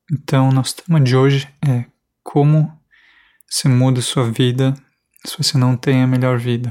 Então, nosso tema de hoje é como você muda sua vida se você não tem a melhor vida.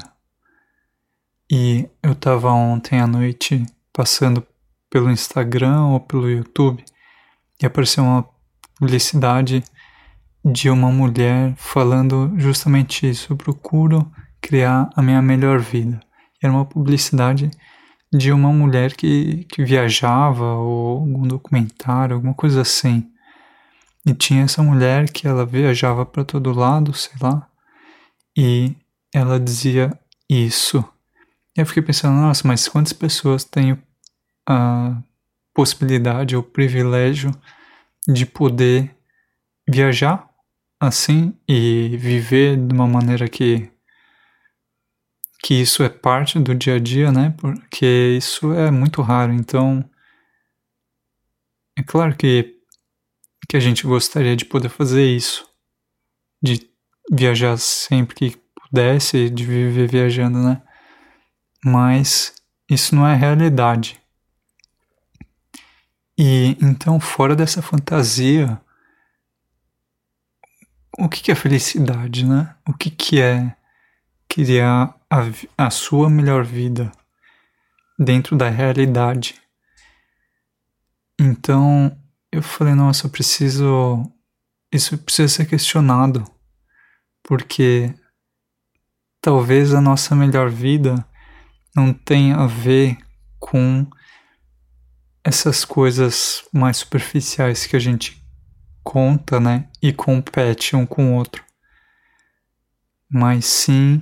E eu estava ontem à noite passando pelo Instagram ou pelo YouTube e apareceu uma publicidade de uma mulher falando justamente isso: eu procuro criar a minha melhor vida. Era uma publicidade de uma mulher que viajava, ou algum documentário, alguma coisa assim. E tinha essa mulher que ela viajava para todo lado, sei lá, e ela dizia isso. E eu fiquei pensando, nossa, mas quantas pessoas têm a possibilidade ou o privilégio de poder viajar assim e viver de uma maneira que isso é parte do dia a dia, né? Porque isso é muito raro. Então, é claro que a gente gostaria de poder fazer isso, de viajar sempre que pudesse, de viver viajando, né? Mas isso não é realidade. E então, fora dessa fantasia, o que é felicidade, né? O que é criar a sua melhor vida dentro da realidade? Então, eu falei, nossa, isso precisa ser questionado, porque talvez a nossa melhor vida não tenha a ver com essas coisas mais superficiais que a gente conta, né, e compete um com o outro, mas sim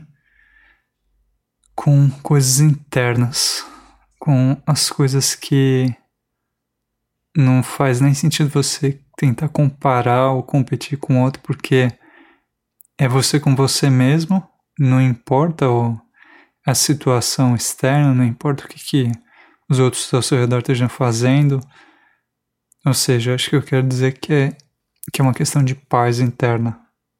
com coisas internas, com as coisas que não faz nem sentido você tentar comparar ou competir com o outro, porque é você com você mesmo, não importa a situação externa, não importa o que os outros ao seu redor estejam fazendo. Ou seja, acho que eu quero dizer que é uma questão de paz interna.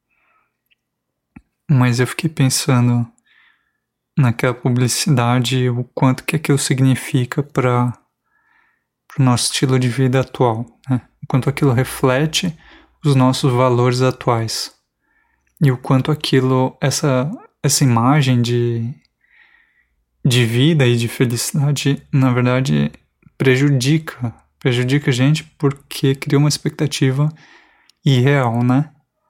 Mas eu fiquei pensando naquela publicidade, o quanto que aquilo significa para o nosso estilo de vida atual, né? O quanto aquilo reflete os nossos valores atuais. E o quanto aquilo, essa imagem de vida e de felicidade, na verdade, prejudica a gente porque cria uma expectativa irreal, né?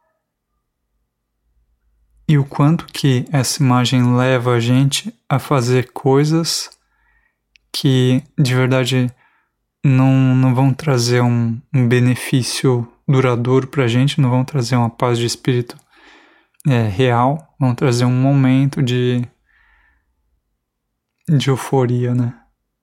E o quanto que essa imagem leva a gente a fazer coisas que de verdade não vão trazer um benefício duradouro pra gente, não vão trazer uma paz de espírito real, vão trazer um momento de euforia, né?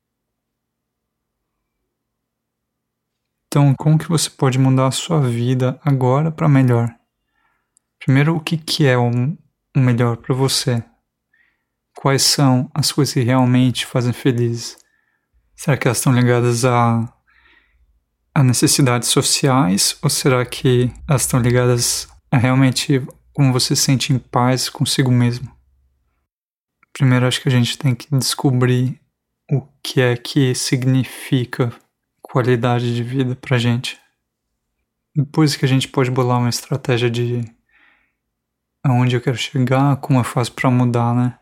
Então, como que você pode mudar a sua vida agora para melhor? Primeiro, o que é o melhor para você? Quais são as coisas que realmente te fazem feliz? Será que elas estão ligadas a necessidades sociais? Ou será que elas estão ligadas a realmente como você se sente em paz consigo mesmo? Primeiro, acho que a gente tem que descobrir o que é que significa qualidade de vida pra gente. Depois que a gente pode bolar uma estratégia de aonde eu quero chegar, como eu faço pra mudar, né?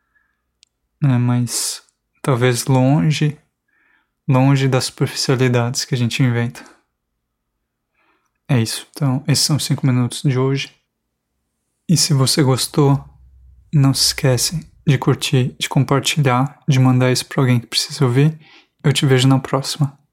Mas talvez longe das superficialidades que a gente inventa. É isso. Então, esses são os 5 minutos de hoje. E se você gostou, não se esquece de curtir, de compartilhar, de mandar isso pra alguém que precisa ouvir. Eu te vejo na próxima.